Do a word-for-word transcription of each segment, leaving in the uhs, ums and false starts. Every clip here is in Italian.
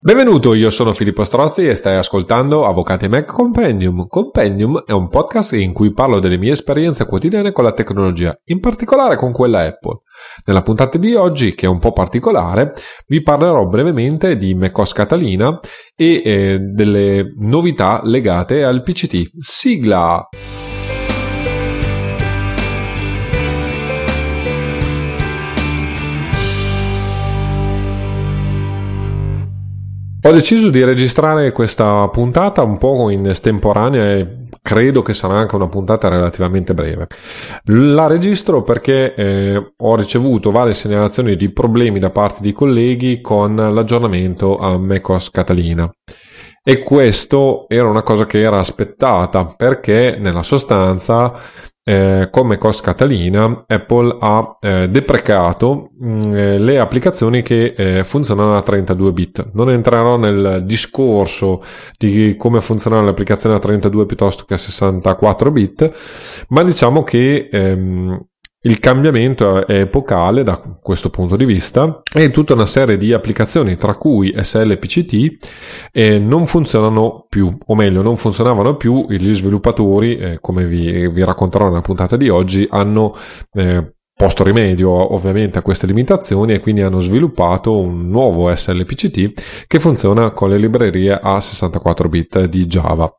Benvenuto, io sono Filippo Strozzi e stai ascoltando Avvocati Mac Compendium. Compendium è un podcast in cui parlo delle mie esperienze quotidiane con la tecnologia, in particolare con quella Apple. Nella puntata di oggi, che è un po' particolare, vi parlerò brevemente di macOS Catalina e eh, delle novità legate al P C T. Sigla! Ho deciso di registrare questa puntata un po' in estemporanea e credo che sarà anche una puntata relativamente breve. La registro perché eh, ho ricevuto varie segnalazioni di problemi da parte di colleghi con l'aggiornamento a macOS Catalina. E questo era una cosa che era aspettata perché nella sostanza eh, con macOS Catalina Apple ha eh, deprecato mh, le applicazioni che eh, funzionano a trentadue bit. Non entrerò nel discorso di come funzionano le applicazioni a trentadue piuttosto che a sessantaquattro bit, ma diciamo che ehm, il cambiamento è epocale da questo punto di vista e tutta una serie di applicazioni, tra cui S L P C T, eh, non funzionano più, o meglio non funzionavano più. Gli sviluppatori, eh, come vi, vi racconterò nella puntata di oggi, hanno eh, posto rimedio ovviamente a queste limitazioni e quindi hanno sviluppato un nuovo S L P C T che funziona con le librerie a sessantaquattro bit di Java.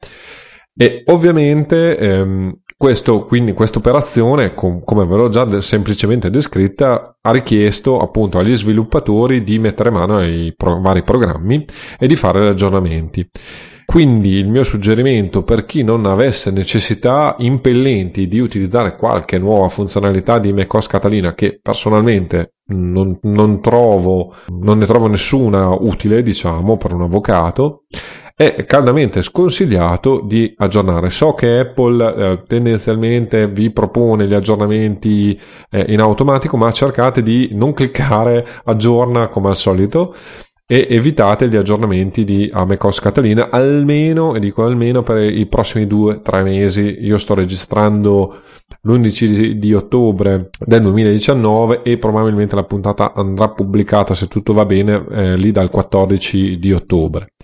E ovviamente ehm, questo, quindi questa operazione, com- come ve l'ho già de- semplicemente descritta, ha richiesto appunto agli sviluppatori di mettere mano ai pro- vari programmi e di fare gli aggiornamenti. Quindi il mio suggerimento per chi non avesse necessità impellenti di utilizzare qualche nuova funzionalità di macOS Catalina, che personalmente non, non trovo, non ne trovo nessuna utile, diciamo, per un avvocato, è caldamente sconsigliato di aggiornare. So che Apple eh, tendenzialmente vi propone gli aggiornamenti eh, in automatico, ma cercate di non cliccare aggiorna come al solito e evitate gli aggiornamenti di a macOS Catalina almeno, e dico almeno, per i prossimi due tre mesi. Io sto registrando l'undici di ottobre del duemiladiciannove e probabilmente la puntata andrà pubblicata, se tutto va bene, eh, lì dal quattordici di ottobre.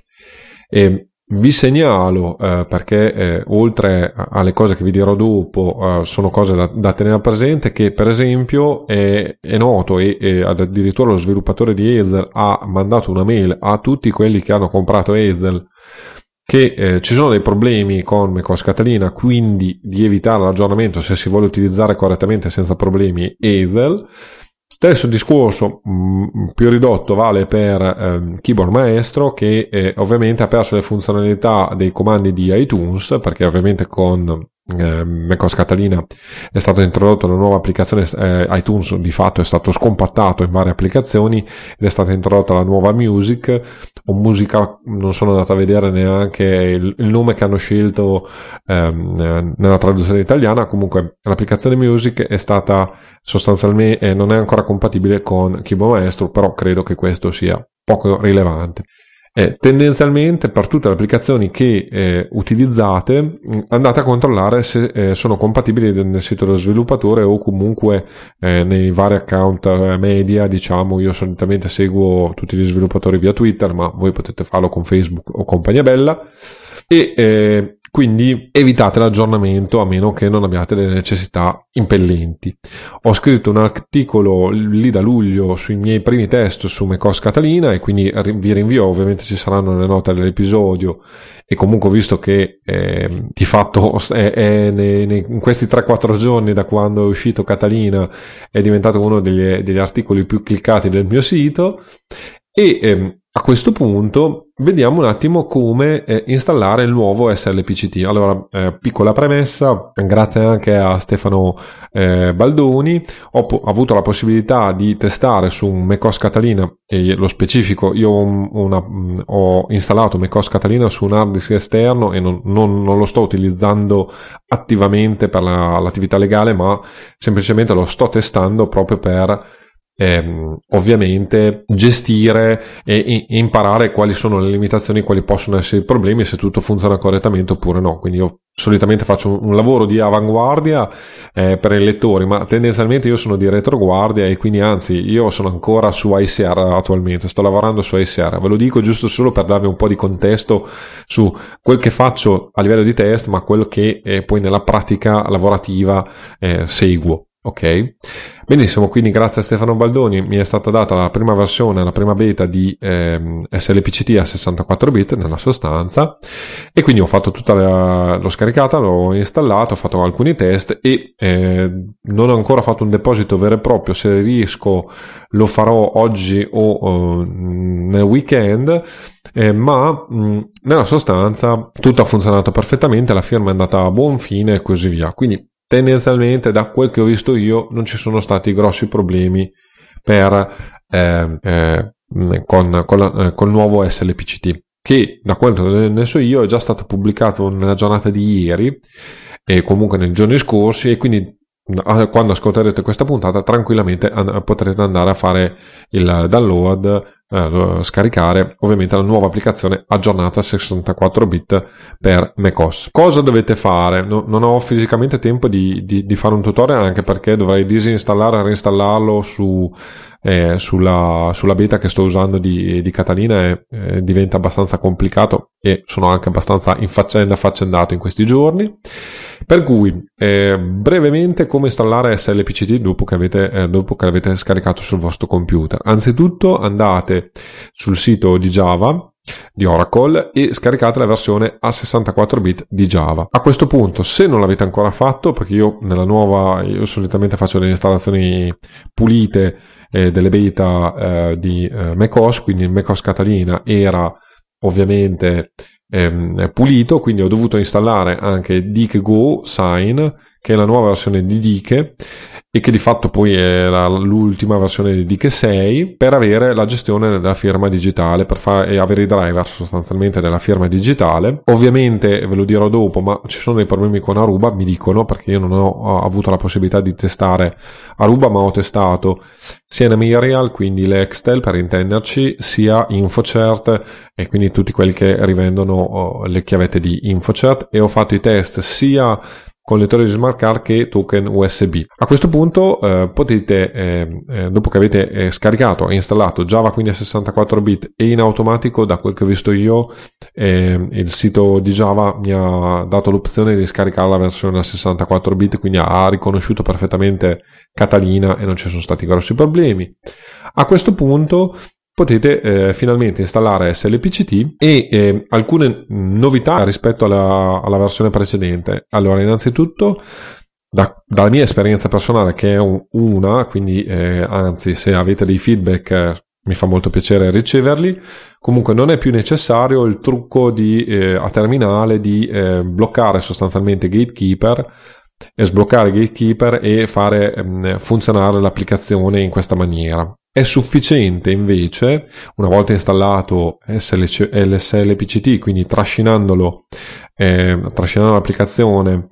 E vi segnalo, eh, perché eh, oltre alle cose che vi dirò dopo, eh, sono cose da, da tenere presente, che per esempio è, è noto e, e addirittura lo sviluppatore di Hazel ha mandato una mail a tutti quelli che hanno comprato Hazel che eh, ci sono dei problemi con macOS Catalina, quindi di evitare l'aggiornamento se si vuole utilizzare correttamente senza problemi Hazel. Stesso discorso mh, più ridotto vale per eh, Keyboard Maestro, che eh, ovviamente ha perso le funzionalità dei comandi di iTunes, perché ovviamente con eh, macOS Catalina è stata introdotta una nuova applicazione. eh, iTunes di fatto è stato scompattato in varie applicazioni ed è stata introdotta la nuova Music o Musica, non sono andato a vedere neanche il, il nome che hanno scelto ehm, nella traduzione italiana. Comunque l'applicazione Music è stata sostanzialmente eh, non è ancora compatibile con Keyboard Maestro, però credo che questo sia poco rilevante. Eh, tendenzialmente per tutte le applicazioni che eh, utilizzate andate a controllare se eh, sono compatibili nel sito dello sviluppatore o comunque eh, nei vari account eh, media, diciamo. Io solitamente seguo tutti gli sviluppatori via Twitter, ma voi potete farlo con Facebook o compagnia bella, e eh, quindi evitate l'aggiornamento a meno che non abbiate delle necessità impellenti. Ho scritto un articolo lì da luglio sui miei primi test su macOS Catalina e quindi vi rinvio, ovviamente ci saranno le note dell'episodio, e comunque visto che eh, di fatto è, è nei, nei, in questi tre quattro giorni da quando è uscito Catalina è diventato uno degli, degli articoli più cliccati del mio sito. E ehm, a questo punto vediamo un attimo come eh, installare il nuovo S L P C T. Allora, eh, piccola premessa, grazie anche a Stefano eh, Baldoni ho po- avuto la possibilità di testare su un macOS Catalina, e lo specifico, io ho, una, ho installato macOS Catalina su un hard disk esterno e non, non, non lo sto utilizzando attivamente per la, l'attività legale, ma semplicemente lo sto testando proprio per ehm, ovviamente gestire e, e imparare quali sono le limitazioni, quali possono essere i problemi, se tutto funziona correttamente oppure no. Quindi io solitamente faccio un, un lavoro di avanguardia eh, per i lettori, ma tendenzialmente io sono di retroguardia, e quindi anzi io sono ancora su I C R attualmente, sto lavorando su I C R. Ve lo dico giusto solo per darvi un po' di contesto su quel che faccio a livello di test, ma quello che eh, poi nella pratica lavorativa eh, seguo. Ok, benissimo. Quindi grazie a Stefano Baldoni mi è stata data la prima versione, la prima beta di ehm, S L P C T a sessantaquattro bit nella sostanza, e quindi ho fatto tutta la, l'ho scaricata, l'ho installato, ho fatto alcuni test e eh, non ho ancora fatto un deposito vero e proprio. Se riesco lo farò oggi o oh, nel weekend. Eh, ma mh, nella sostanza tutto ha funzionato perfettamente, la firma è andata a buon fine e così via. Quindi tendenzialmente, da quel che ho visto io, non ci sono stati grossi problemi per eh, eh, con, con, la, eh, con il nuovo S L P C T, che da quanto ne so io è già stato pubblicato nella giornata di ieri e comunque nei giorni scorsi, e quindi quando ascolterete questa puntata tranquillamente potrete andare a fare il download, eh, scaricare ovviamente la nuova applicazione aggiornata a sessantaquattro bit per macOS. Cosa dovete fare? No, non ho fisicamente tempo di, di, di fare un tutorial, anche perché dovrei disinstallare e reinstallarlo su eh, sulla, sulla beta che sto usando di, di Catalina, e eh, diventa abbastanza complicato, e sono anche abbastanza in faccenda affaccendato in questi giorni. Per cui eh, brevemente come installare S L P C T dopo che avete eh, dopo che l'avete scaricato sul vostro computer. Anzitutto andate sul sito di Java di Oracle e scaricate la versione a sessantaquattro bit di Java. A questo punto, se non l'avete ancora fatto, perché io nella nuova io solitamente faccio delle installazioni pulite eh, delle beta eh, di eh, macOS, quindi il macOS Catalina era ovviamente ehm, pulito, quindi ho dovuto installare anche Dick Go Sign, che è la nuova versione di Dick, e che di fatto poi è la, l'ultima versione di Dick sei, per avere la gestione della firma digitale, per fare e avere i driver sostanzialmente della firma digitale. Ovviamente ve lo dirò dopo, ma ci sono dei problemi con Aruba, mi dicono, perché io non ho avuto la possibilità di testare Aruba, ma ho testato sia Nemirial, quindi le Extel per intenderci, sia InfoCert, e quindi tutti quelli che rivendono oh, le chiavette di InfoCert, e ho fatto i test sia con lettore di smart card che token U S B. A questo punto eh, potete, eh, eh, dopo che avete eh, scaricato e installato Java quindi a sessantaquattro bit, e in automatico, da quel che ho visto io, eh, il sito di Java mi ha dato l'opzione di scaricare la versione a sessantaquattro bit, quindi ha riconosciuto perfettamente Catalina e non ci sono stati grossi problemi. A questo punto potete eh, finalmente installare S L P C T e eh, alcune novità rispetto alla, alla versione precedente. Allora, innanzitutto, da, dalla mia esperienza personale, che è un, una, quindi eh, anzi, se avete dei feedback eh, mi fa molto piacere riceverli. Comunque non è più necessario il trucco di eh, a terminale di eh, bloccare sostanzialmente Gatekeeper e sbloccare Gatekeeper e fare ehm, funzionare l'applicazione in questa maniera. È sufficiente invece, una volta installato S L P C T, quindi trascinandolo, eh, trascinando l'applicazione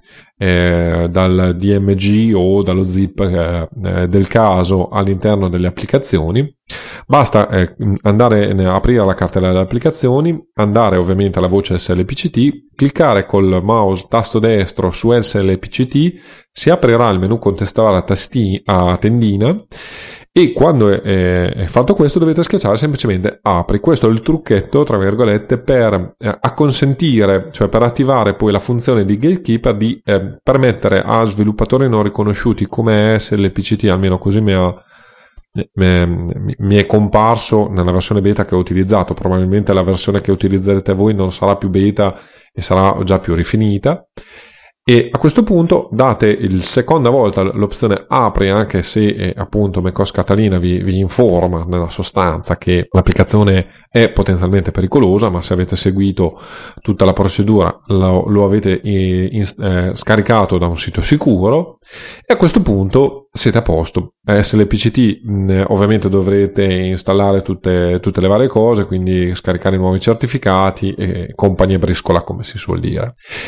eh, dal D M G o dallo zip eh, del caso all'interno delle applicazioni, basta eh, andare a aprire la cartella delle applicazioni, andare ovviamente alla voce S L P C T, cliccare col mouse tasto destro su S L P C T, si aprirà il menu contestuale a, tasti- a tendina, e quando è, è fatto questo dovete schiacciare semplicemente apri. Questo è il trucchetto, tra virgolette, per eh, acconsentire, cioè per attivare poi la funzione di Gatekeeper di eh, permettere a sviluppatori non riconosciuti come S L P C T, almeno così mi, ha, mi, mi è comparso nella versione beta che ho utilizzato. Probabilmente la versione che utilizzerete voi non sarà più beta e sarà già più rifinita. E a questo punto date il seconda volta l'opzione apri, anche se eh, appunto macOS Catalina vi, vi informa nella sostanza che l'applicazione è potenzialmente pericolosa, ma se avete seguito tutta la procedura lo, lo avete eh, in, eh, scaricato da un sito sicuro, e a questo punto siete a posto. S L P C T mh, ovviamente dovrete installare tutte, tutte le varie cose, quindi scaricare i nuovi certificati e compagnia briscola, come si suol dire.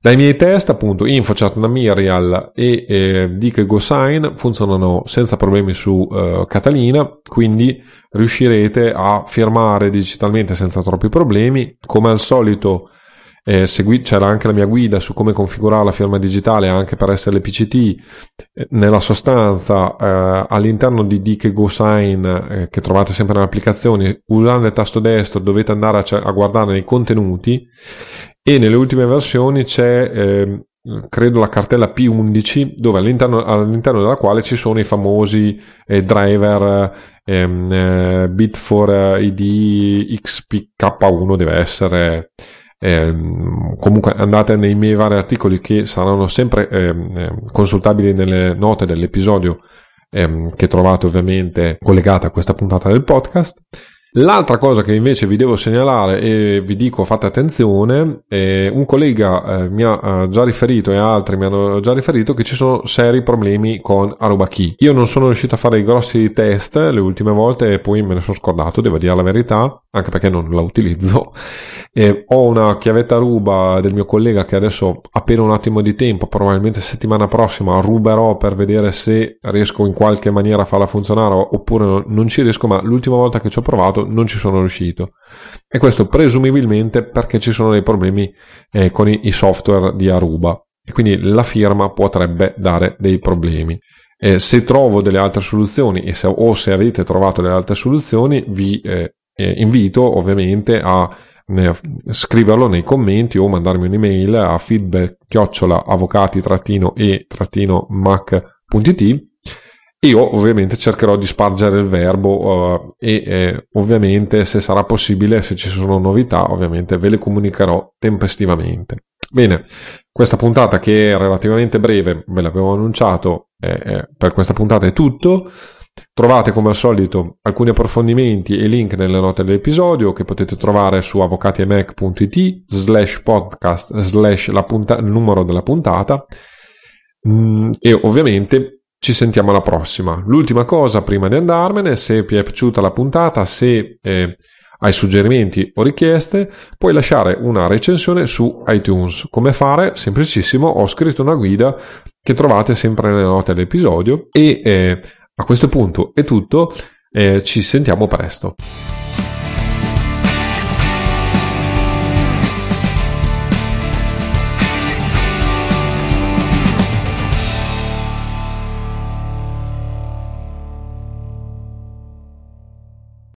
Dai miei test, appunto, InfoChat, Namirial e eh, Dick GoSign funzionano senza problemi su eh, Catalina, quindi riuscirete a firmare digitalmente senza troppi problemi. Come al solito eh, segui- c'era anche la mia guida su come configurare la firma digitale anche per S L P C T. Eh, nella sostanza eh, all'interno di Dick GoSign, eh, che trovate sempre nelle applicazioni, usando il tasto destro dovete andare a, c- a guardare nei contenuti, e nelle ultime versioni c'è eh, credo la cartella P undici, dove all'interno, all'interno della quale ci sono i famosi eh, driver ehm, eh, bit for I D X P K uno deve essere. Eh, comunque andate nei miei vari articoli che saranno sempre eh, consultabili nelle note dell'episodio, eh, che trovate ovviamente collegate a questa puntata del podcast. L'altra cosa che invece vi devo segnalare, e vi dico fate attenzione, eh, un collega eh, mi ha eh, già riferito e altri mi hanno già riferito che ci sono seri problemi con Aruba Key. Io non sono riuscito a fare i grossi test le ultime volte e poi me ne sono scordato, devo dire la verità, anche perché non la utilizzo. Eh, ho una chiavetta Aruba del mio collega che adesso, appena un attimo di tempo, probabilmente settimana prossima, ruberò per vedere se riesco in qualche maniera a farla funzionare oppure non ci riesco, ma l'ultima volta che ci ho provato non ci sono riuscito, e questo presumibilmente perché ci sono dei problemi eh, con i, i software di Aruba, e quindi la firma potrebbe dare dei problemi. Eh, se trovo delle altre soluzioni e se, o se avete trovato delle altre soluzioni, vi eh, eh, invito ovviamente a eh, scriverlo nei commenti o mandarmi un'email a feedback chiocciola avvocati e mac punto it. Io ovviamente cercherò di spargere il verbo uh, e eh, ovviamente, se sarà possibile, se ci sono novità, ovviamente ve le comunicherò tempestivamente. Bene, questa puntata, che è relativamente breve, ve l'avevo annunciato, eh, eh, per questa puntata è tutto. Trovate come al solito alcuni approfondimenti e link nelle note dell'episodio, che potete trovare su avvocati e mac punto it slash podcast slash la punta- il numero della puntata, mm, e ovviamente ci sentiamo alla prossima. L'ultima cosa prima di andarmene: se ti è piaciuta la puntata, se eh, hai suggerimenti o richieste, puoi lasciare una recensione su iTunes. Come fare? Semplicissimo, ho scritto una guida che trovate sempre nelle note dell'episodio, e eh, a questo punto è tutto, eh, ci sentiamo presto.